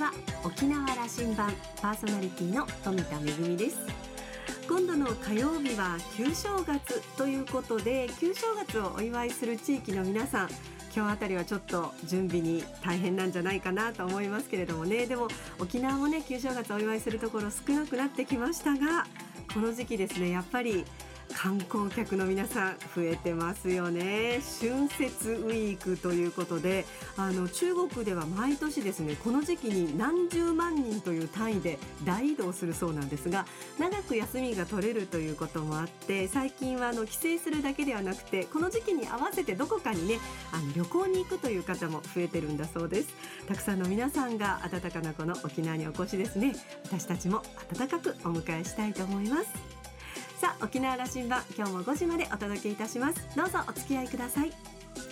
は。沖縄羅針盤パーソナリティの富田恵です。今度の火曜日は旧正月ということで、旧正月をお祝いする地域の皆さん、今日あたりはちょっと準備に大変なんじゃないかなと思いますけれどもね。でも沖縄もね、旧正月をお祝いするところ少なくなってきましたが、この時期ですね、やっぱり観光客の皆さん増えてますよね。春節ウィークということで、中国では毎年ですね、この時期に何十万人という単位で大移動するそうなんですが、長く休みが取れるということもあって、最近は帰省するだけではなくて、この時期に合わせてどこかにね、旅行に行くという方も増えてるんだそうです。たくさんの皆さんが暖かなこの沖縄にお越しですね。私たちも暖かくお迎えしたいと思います。さあ、沖縄羅針盤、今日も5時までお届けいたします。どうぞお付き合いください。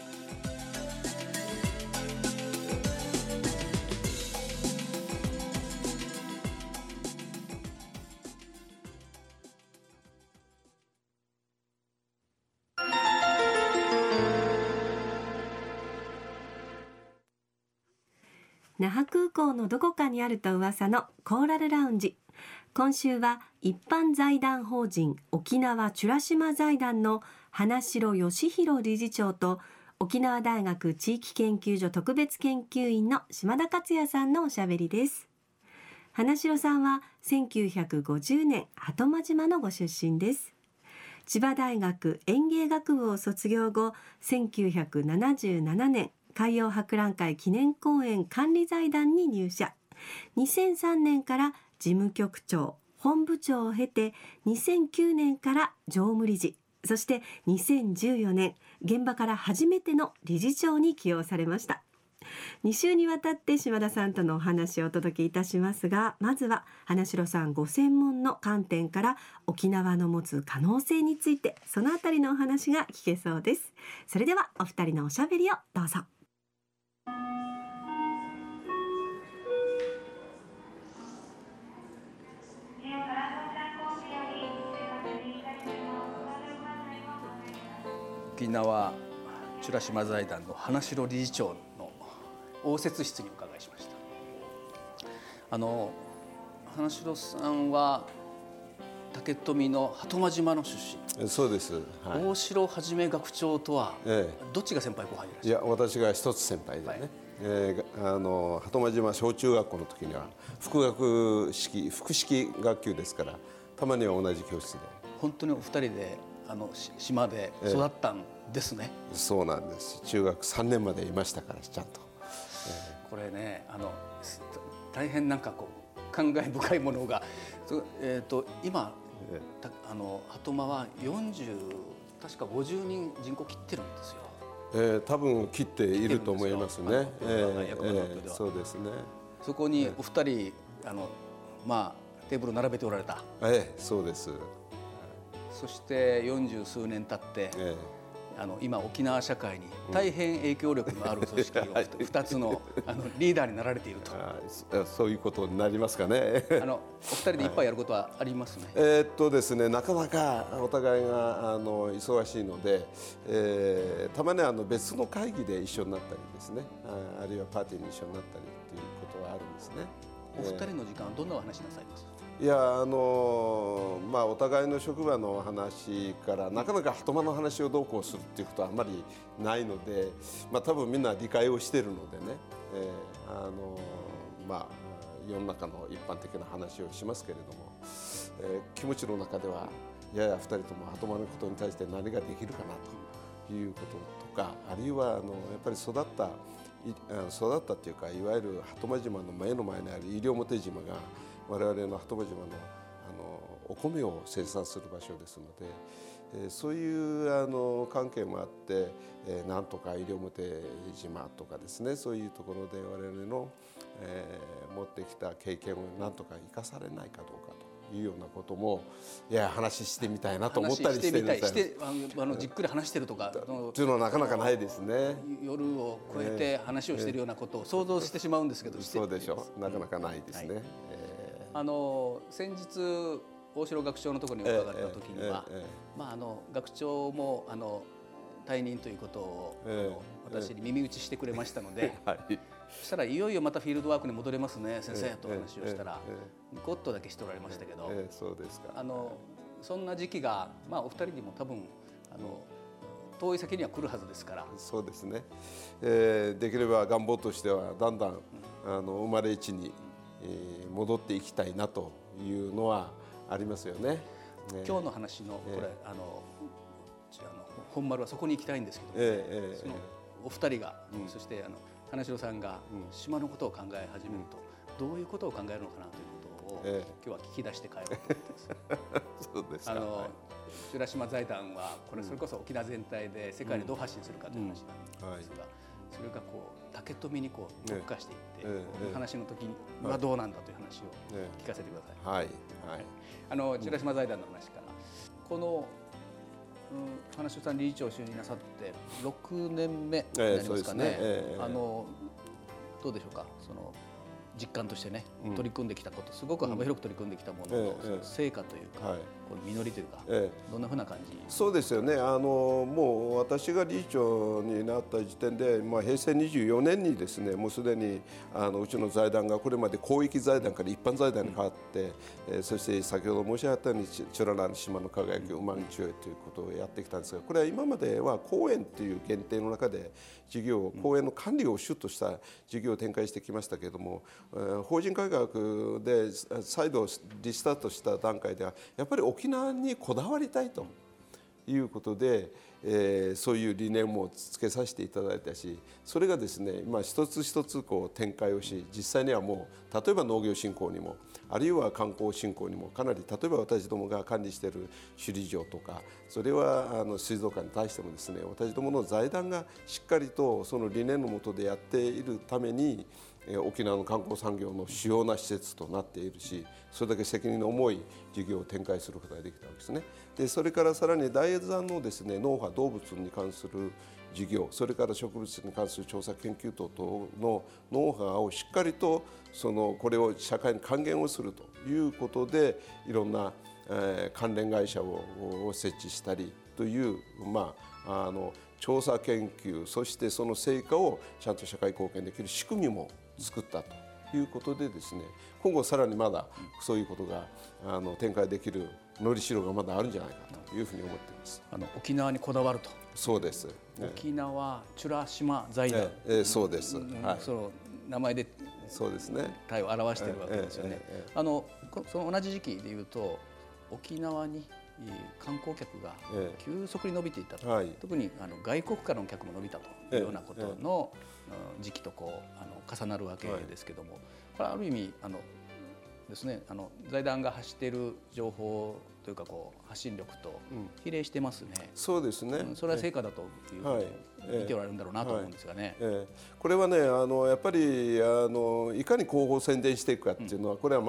那覇空港のどこかにあると噂のコーラルラウンジ。今週は一般財団法人沖縄美ら島財団の花城義弘理事長と、沖縄大学地域研究所特別研究員の島田克也さんのおしゃべりです。花城さんは1950年鳩間島のご出身です。千葉大学園芸学部を卒業後、1977年海洋博覧会記念公園管理財団に入社。2003年から事務局長、本部長を経て、2009年から常務理事、そして2014年現場から初めての理事長に起用されました。2週にわたって島田さんとのお話をお届けいたしますが、まずは花城さんご専門の観点から沖縄の持つ可能性について、そのあたりのお話が聞けそうです。それではお二人のおしゃべりをどうぞ。 沖縄美ら島財団の花城理事長の応接室にお伺いしました。花城さんは竹富の鳩間島の出身。 そうです、 はい、大城はじめ学長とは、どっちが先輩後輩いらっしゃる？ いや、私が一つ先輩でね、鳩間島小中学校の時には複式学級ですから、たまには同じ教室で。 本当にお二人で島で育ったんですね。 そうなんです。中学3年までいましたから、ちゃんと。 これね、大変なんか感慨深いものが、今鳩間は確か50人人口切ってるんですよ。 多分切っていると思いますね。そうですね。 そこにお二人テーブル並べておられた。 そうです。 そして40数年経って、今沖縄社会に大変影響力のある組織を2つのリーダーになられていると。 そういうことになりますかね。 お二人でいっぱいやることはありますね。 ですね、なかなかお互いが忙しいので、たまに別の会議で一緒になったりですね、あるいはパーティーに一緒になったりということはあるんですね。 お二人の時間はどんなお話なさいます？ いや、お互いの職場の話からなかなか鳩間の話をどうこうするっていうことはあまりないので、多分みんな理解をしているのでね、世の中の一般的な話をしますけれども、気持ちの中ではやや2人とも鳩間のことに対して何ができるかなということとか、あるいはやっぱり育ったっていうか、いわゆる鳩間島の目の前にある西表島が我々の鳩間島のお米を生産する場所ですので、そういう関係もあって、なんとか西表島とかですね、そういうところで我々の、持ってきた経験をなんとか生かされないかどうかというようなことも話してみたいなと思ったりしてるみたいです。 じっくり話してるとかっていうのはなかなかないですね。 夜を越えて話をしているようなことを想像してしまう。んですけど、 そうでしょう。なかなかないですね。 先日大城学長のところに伺った時には、学長も退任ということを私に耳打ちしてくれましたので、 そしたらいよいよまたフィールドワークに戻れますね先生と話をしたらニコッとだけしておられましたけど、 そうですか。 そんな時期が、お二人にも多分遠い先には来るはずですから。 そうですね、できれば願望としてはだんだん生まれ地に戻っていきたいなというのはありますよね。 今日の話のこれ、本丸はそこに行きたいんですけど、そのお二人が、そして花城さんが島のことを考え始めると、どういうことを考えるのかなということを、今日は聞き出して帰ろうと思ってます。 そうですか。 美ら島財団はこれそれこそ沖縄全体で世界にどう発信するかという話なんですが、それがこう竹富にこう特化していって、話の時にはどうなんだという話を聞かせてください。 はいはい。 美ら島財団の話からこの花城さん理事長就任なさって6年目になりますかね。どうでしょうか、その実感としてね、取り組んできたこと、すごく幅広く取り組んできたものの、その成果というか、この実りというか、どんなふうな感じ？ そうですよね。もう私が理事長になった時点で、平成24年にですね、もうすでにうちの財団がこれまで公益財団から一般財団に変わって、そして先ほど申し上げたように美ら海島の輝きを馬に強いということをやってきたんですが、これは今までは公園という限定の中で公園の管理を主とした事業を展開してきましたけれども、法人改革で再度リスタートした段階ではやっぱり沖縄にこだわりたいということで、そういう理念もつけさせていただいたし、それがですね、一つ一つこう展開をし、実際にはもう例えば農業振興にもあるいは観光振興にもかなり、例えば私どもが管理している首里城とか、それは水族館に対してもですね、私どもの財団がしっかりとその理念の下でやっているために沖縄の観光産業の主要な施設となっているし、それだけ責任の重い事業を展開することができたわけですね。でそれからさらに大山のですね、農波動物に関する事業、それから植物に関する調査研究等々のノウハウをしっかりとこれを社会に還元をするということで、いろんな関連会社を設置したりという、調査研究、そしてその成果をちゃんと社会貢献できる仕組みも作ったということでですね、今後さらにまだそういうことが展開できるのりしろがまだあるんじゃないかというふうに思っています。 沖縄にこだわると。 そうです。 沖縄美ら島財団、 そうです。 その名前でそうですね。 体を表しているわけですよね。その同じ時期でいうと沖縄に観光客が急速に伸びていったと、特に外国からの客も伸びたというようなことの時期と重なるわけですけども、これはある意味ですね、財団が発している情報というか発信力と比例してますね。 そうですね。 それは成果だというふうに見ておられるんだろうなと思うんですがね。 これはね、やっぱりいかに広報宣伝していくかっていうのは、これは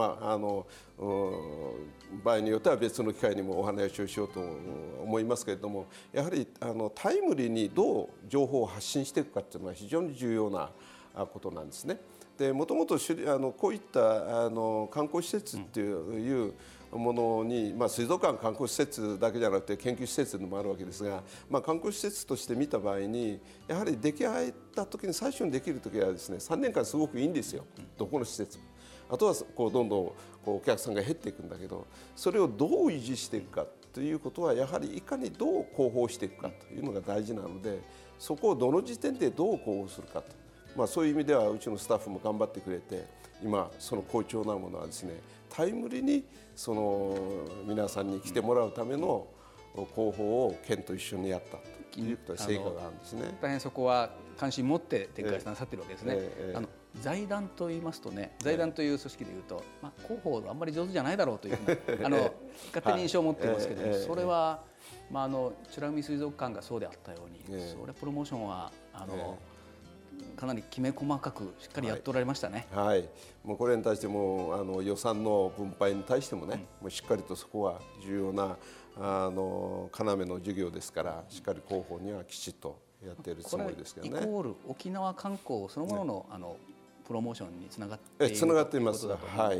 場合によっては別の機会にもお話をしようと思いますけれども、やはりタイムリーにどう情報を発信していくかっていうのは非常に重要なことなんですね。でもともとこういった観光施設っていうものに、水族館観光施設だけじゃなくて研究施設でもあるわけですが、観光施設として見た場合にやはり出来上がった時に最初にできる時はですね、3年間すごくいいんですよ、どこの施設も。あとはどんどんお客さんが減っていくんだけど、それをどう維持していくかということはやはりいかにどう広報していくかというのが大事なので、そこをどの時点でどう広報するかと。そういう意味ではうちのスタッフも頑張ってくれて、今その好調なものはですね、タイムリーに皆さんに来てもらうための広報を県と一緒にやったということで成果があるんですね。 大変そこは関心持って展開なさっているわけですね。財団と言いますとね、財団という組織でいうと、広報あんまり上手じゃないだろうというふうな勝手に印象を持っていますけども、それは美ら海水族館がそうであったように、それプロモーションはかなりきめ細かくしっかりやっておられましたね。 もうこれに対しても予算の分配に対してもね、もうしっかりとそこは重要な要の授業ですから、しっかり広報にはきちっとやっているつもりですけどね。 これイコール沖縄観光そのもののプロモーションにつながっているつながっています。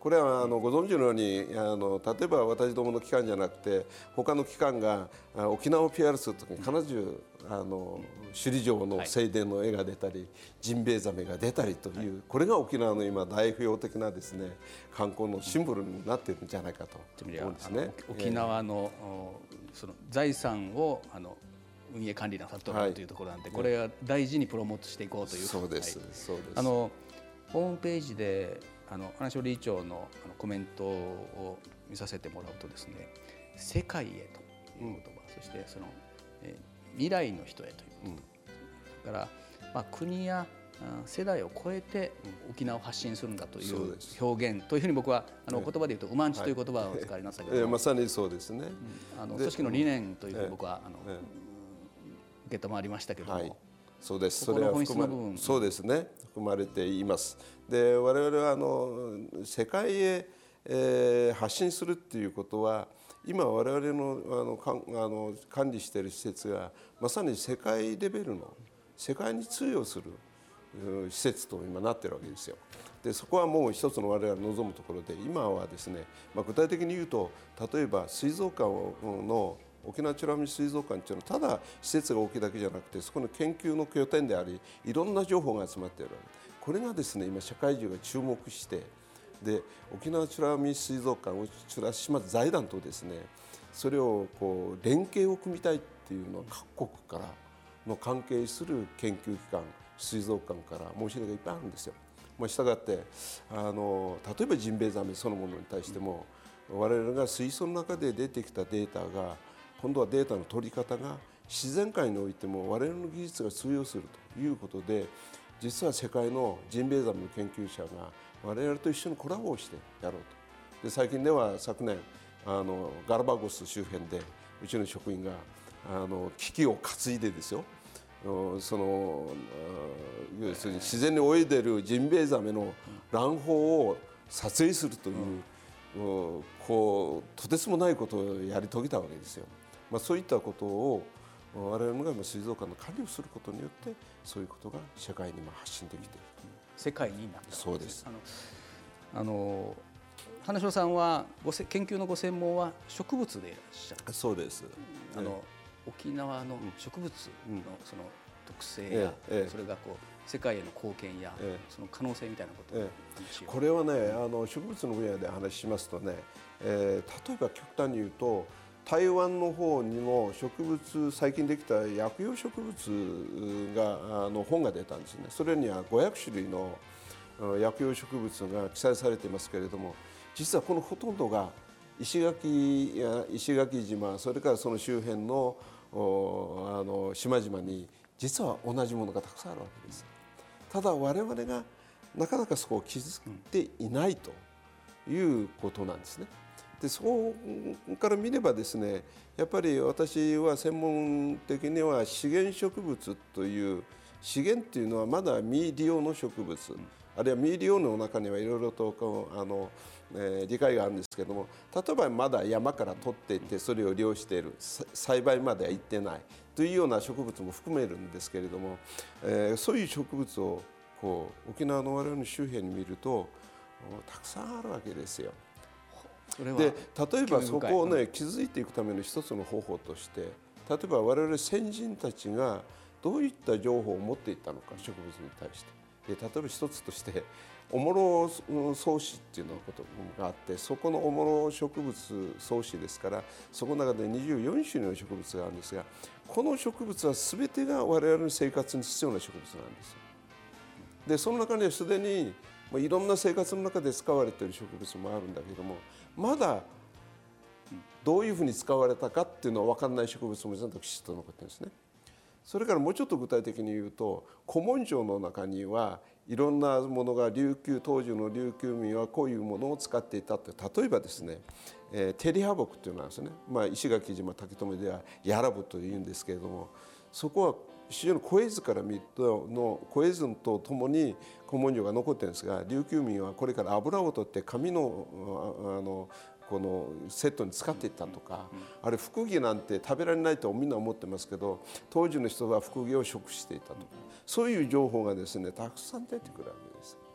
これはご存知のように例えば私どもの機関じゃなくて他の機関が沖縄を PR するときに必ず首里城の正殿の絵が出たりジンベエザメが出たりという、これが沖縄の今代表的なですね観光のシンボルになっているんじゃないかと思うんですね。 沖縄のその財産を運営管理なさっておられるというところなんで、これは大事にプロモートしていこうという。 そうです、そうです。 ホームページで花城理事長のコメントを見させてもらうとですね、世界へという言葉、そしてその、未来の人へということ、だから、国や世代を超えて沖縄を発信するんだという表現というふうに僕は言葉で言うとウマンチという言葉を使いましたけど、 まさにそうですね。 組織の理念というふうに僕は受け止まりましたけども、 そうです。 それは本質の部分、 そうですね、含まれています。で、我々は世界へ、発信するっていうことは今我々の管理している施設がまさに世界レベルの世界に通用する施設と今なっているわけですよ。でそこはもう一つの我々が望むところで、今はですね、具体的に言うと例えば水族館の沖縄美ら海水族館というのはただ施設が大きいだけじゃなくて、そこの研究の拠点でありいろんな情報が集まっている。これがですね今社会中が注目して、で沖縄美ら海水族館美ら島財団とですねそれを連携を組みたいっていうのは各国からの関係する研究機関水族館から申し入れがいっぱいあるんですよ。したがって例えばジンベエザメそのものに対しても、我々が水槽の中で出てきたデータが今度はデータの取り方が自然界においても我々の技術が通用するということで、実は世界のジンベエザメの研究者が我々と一緒にコラボをしてやろうと。で最近では昨年ガラパゴス周辺でうちの職員が機器を担いでですよ、要するに自然に泳いでいるジンベエザメの卵胞を撮影するという、とてつもないことをやり遂げたわけですよ。そういったことを我々が水族館の管理をすることによってそういうことが社会に発信できている。 世界になった。 そうです。 花城さんは研究のご専門は植物でいらっしゃる。 そうです。 沖縄の植物のその特性や、それが世界への貢献や、その可能性みたいなことを、 これはね植物の分野で話しますとね、例えば極端に言うと台湾の方にも植物最近できた薬用植物が本が出たんですね。それには500種類の薬用植物が記載されていますけれども、実はこのほとんどが石垣島、それからその周辺の島々に実は同じものがたくさんあるわけです。ただ我々がなかなかそこを気づいていないということなんですね。でそこから見ればですね、やっぱり私は専門的には資源植物という、資源っていうのはまだ未利用の植物、あるいは未利用の中にはいろいろと理解があるんですけども、例えばまだ山から取っていってそれを利用している、栽培までは行ってないというような植物も含めるんですけれども、そういう植物を沖縄の我々の周辺に見るとたくさんあるわけですよ。で例えばそこをね気づいていくための一つの方法として、例えば我々先人たちがどういった情報を持っていったのか、植物に対して。で例えば一つとしておもろ草子っていうのことがあって、そこのおもろ植物草子ですから、そこの中で24種類の植物があるんですが、この植物は全てが我々の生活に必要な植物なんです。でその中にはすでにいろんな生活の中で使われている植物もあるんだけども、まだどういうふうに使われたかっていうのは分からない植物もちゃんときちっと残ってるんですね。それからもうちょっと具体的に言うと、古文書の中にはいろんなものが当時の琉球民はこういうものを使っていたって、例えばですね、テリハボクというのはですね、石垣島滝留ではヤラブというんですけれども、そこは非常に古絵図から見ると古絵図とともに古文書が残っているんですが、琉球民はこれから油を取って紙のこのセットに使っていったとか、あれフクギなんて食べられないとみんな思ってますけど、当時の人はフクギを食していたとか、そういう情報がですねたくさん出てくるわけです。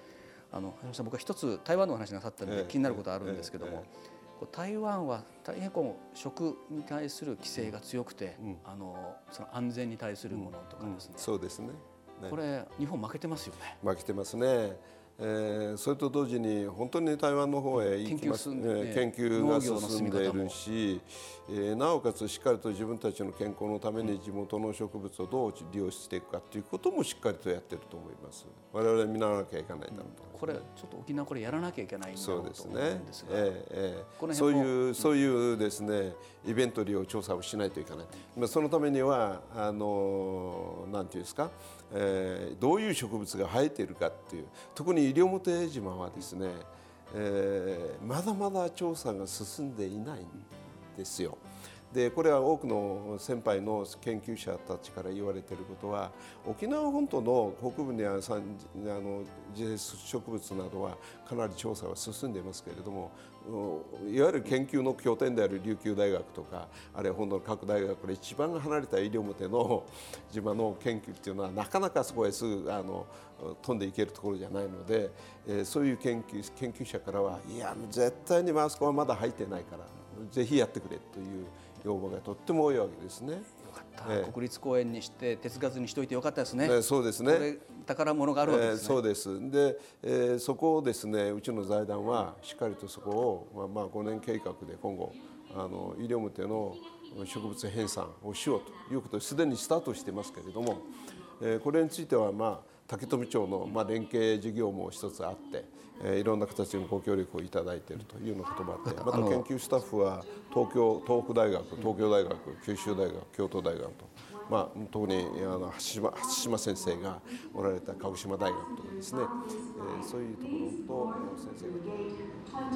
橋本さん、僕は一つ台湾のお話なさったので気になることあるんですけども、台湾は大変食に対する規制が強くて、その安全に対するものとかですね、 そうですね。 これ日本負けてますよね。 負けてますね。それと同時に本当に台湾の方へ行きます、研究が進んでいるし、なおかつしっかりと自分たちの健康のために地元の植物をどう利用していくかということもしっかりとやっていると思います。我々は見習わなきゃいけないだろうと。 これちょっと沖縄これやらなきゃいけないんだろうと思うんですが、 そういうですねイベント利用調査をしないといけない。そのためにはなんていうんですか、どういう植物が生えているかっていう、特に西表島はですね、まだまだ調査が進んでいないんですよ。でこれは多くの先輩の研究者たちから言われていることは、沖縄本島の北部には自生植物などはかなり調査は進んでいますけれども、いわゆる研究の拠点である琉球大学とか、あるいは本土の各大学から一番離れた西表の島の研究っていうのはなかなかそこへすぐ飛んでいけるところじゃないので、そういう研究者からは、いや絶対にあそこはまだ入ってないからぜひやってくれという要望がとっても多いわけですね。よかった、国立公園にして手つかずにしといてよかったですね。 そうですね。 これ宝物があるわけですね。 そうです。で、そこをですね、うちの財団はしっかりとそこを5年計画で今後西表の植物編纂をしようということですでにスタートしてますけれども、これについては竹富町の連携事業も一つあって、いろんな形のご協力をいただいているというようなこともあって、また研究スタッフは東北大学、東京大学、九州大学、京都大学と、特に橋島先生がおられた鹿児島大学とかですね、そういうところと先生が。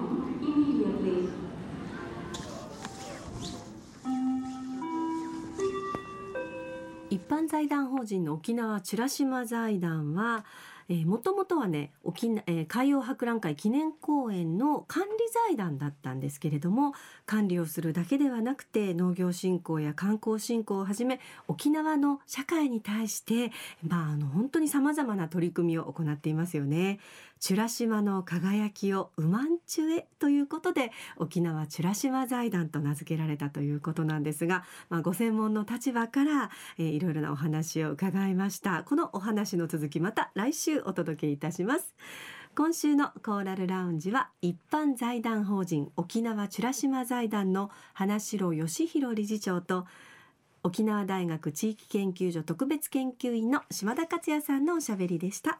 一般財団法人の沖縄美ら島財団はもともとはね、海洋博覧会記念公園の管理財団だったんですけれども、管理をするだけではなくて農業振興や観光振興をはじめ沖縄の社会に対して本当にさまざまな取り組みを行っていますよね。美ら島の輝きをウマンチュへということで沖縄美ら島財団と名付けられたということなんですが、ご専門の立場からいろいろなお話を伺いました。このお話の続きまた来週お届けいたします。今週のコーラルラウンジは一般財団法人沖縄美ら島財団の花城義弘理事長と沖縄大学地域研究所特別研究員の島田克也さんのおしゃべりでした。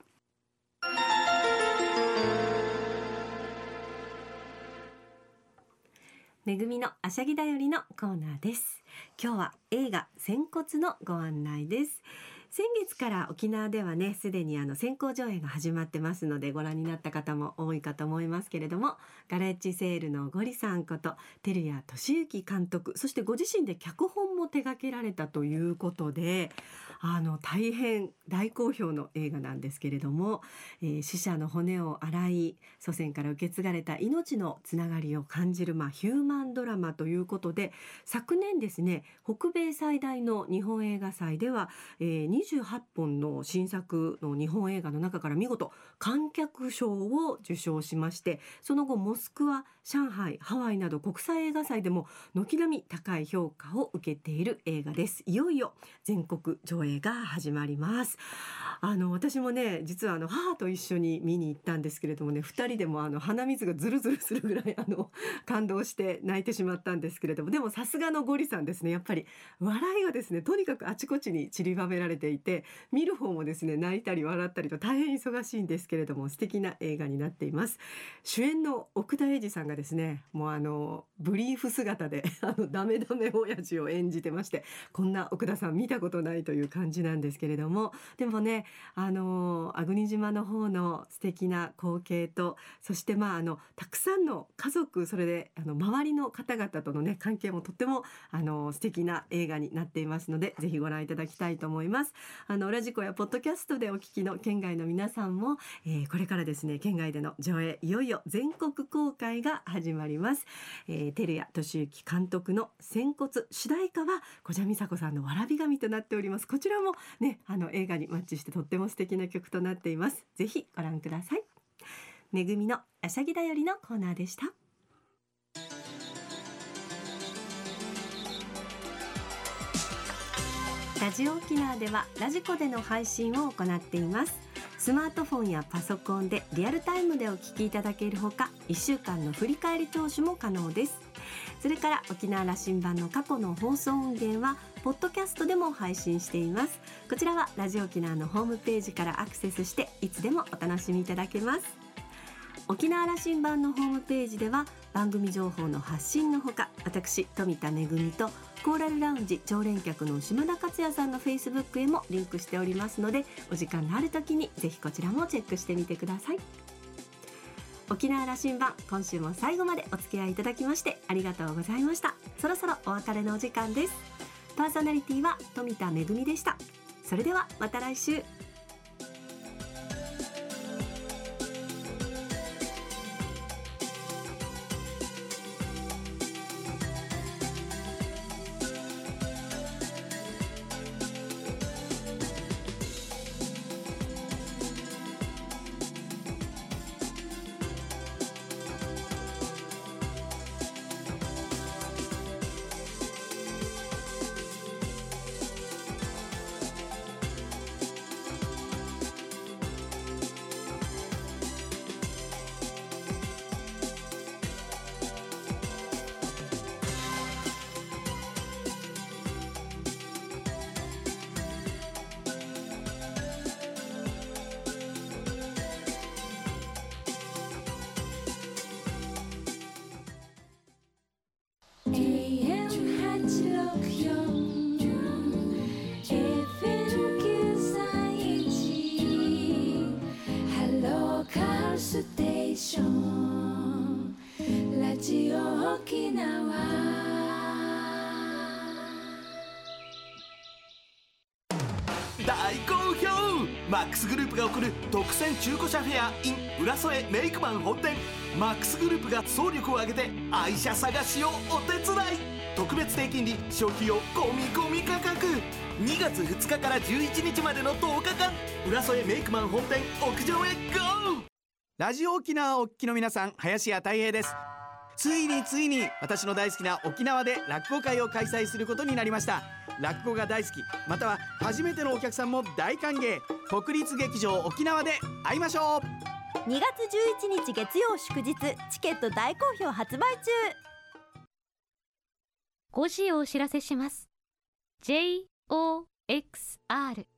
めぐみのあしゃぎだよりのコーナーです。今日は映画仙骨のご案内です。先月から沖縄ではね、すでに先行上映が始まってますのでご覧になった方も多いかと思いますけれども、ガレッジセールのゴリさんこと照屋俊之監督、そしてご自身で脚本も手掛けられたということで、大変大好評の映画なんですけれども、死者の骨を洗い祖先から受け継がれた命のつながりを感じる、ヒューマンドラマということで、昨年ですね、北米最大の日本映画祭では、28本の新作の日本映画の中から見事観客賞を受賞しまして、その後モスクワ、上海、ハワイなど国際映画祭でも軒並み高い評価を受けている映画です。いよいよ全国上映が始まります。私もね、実は母と一緒に見に行ったんですけれどもね、2人でも鼻水がズルズルするぐらい感動して泣いてしまったんですけれども、でもさすがのゴリさんですね、やっぱり笑いがですね、とにかくあちこちに散りばめられていて、見る方もですね、泣いたり笑ったりと大変忙しいんですけれども、素敵な映画になっています。主演の奥田英二さんがですね、もうブリーフ姿でダメダメ親父を演じてまして、こんな奥田さん見たことないという感じなんですけれども、でもね、粟国島の方の素敵な光景と、そしてたくさんの家族、それで周りの方々とのね関係もとっても素敵な映画になっていますので、ぜひご覧いただきたいと思います。ラジコやポッドキャストでお聞きの県外の皆さんも、これからですね、県外での上映いよいよ全国公開が始まります。照屋俊之監督の仙骨、主題歌は小蛇美佐子さんのわらび神となっております。こちらもね、映画にマッチしてとっても素敵な曲となっています。ぜひご覧ください。 めぐみのあしゃぎだよりのコーナーでした。ラジオ沖縄ではラジコでの配信を行っています。スマートフォンやパソコンでリアルタイムでお聞きいただけるほか、1週間の振り返り聴取も可能です。それから沖縄羅針盤の過去の放送音源はポッドキャストでも配信しています。こちらはラジオ沖縄のホームページからアクセスしていつでもお楽しみいただけます。沖縄羅針盤のホームページでは番組情報の発信のほか、私富田恵とコーラルラウンジ常連客の島田克也さんの Facebook へもリンクしておりますので、お時間のある時にぜひこちらもチェックしてみてください。沖縄羅針盤、今週も最後までお付き合いいただきましてありがとうございました。そろそろお別れのお時間です。パーソナリティは富田恵でした。それではまた来週。 ステーションラジオ沖縄。 大好評、マックスグループが送る特選中古車フェア in 浦添メイクマン本店。マックスグループが総力を挙げて愛車探しをお手伝い。特別低金利初期用込み込み価格。2月2日から11日までの10日間、浦添メイクマン本店屋上へゴー。 ラジオ沖縄お聞きの皆さん、林家たい平です。ついに私の大好きな沖縄で落語会を開催することになりました。落語が大好き、または初めてのお客さんも大歓迎。国立劇場沖縄で会いましょう。 2月11日月曜祝日、チケット大好評発売中。 5時をお知らせします。JOXR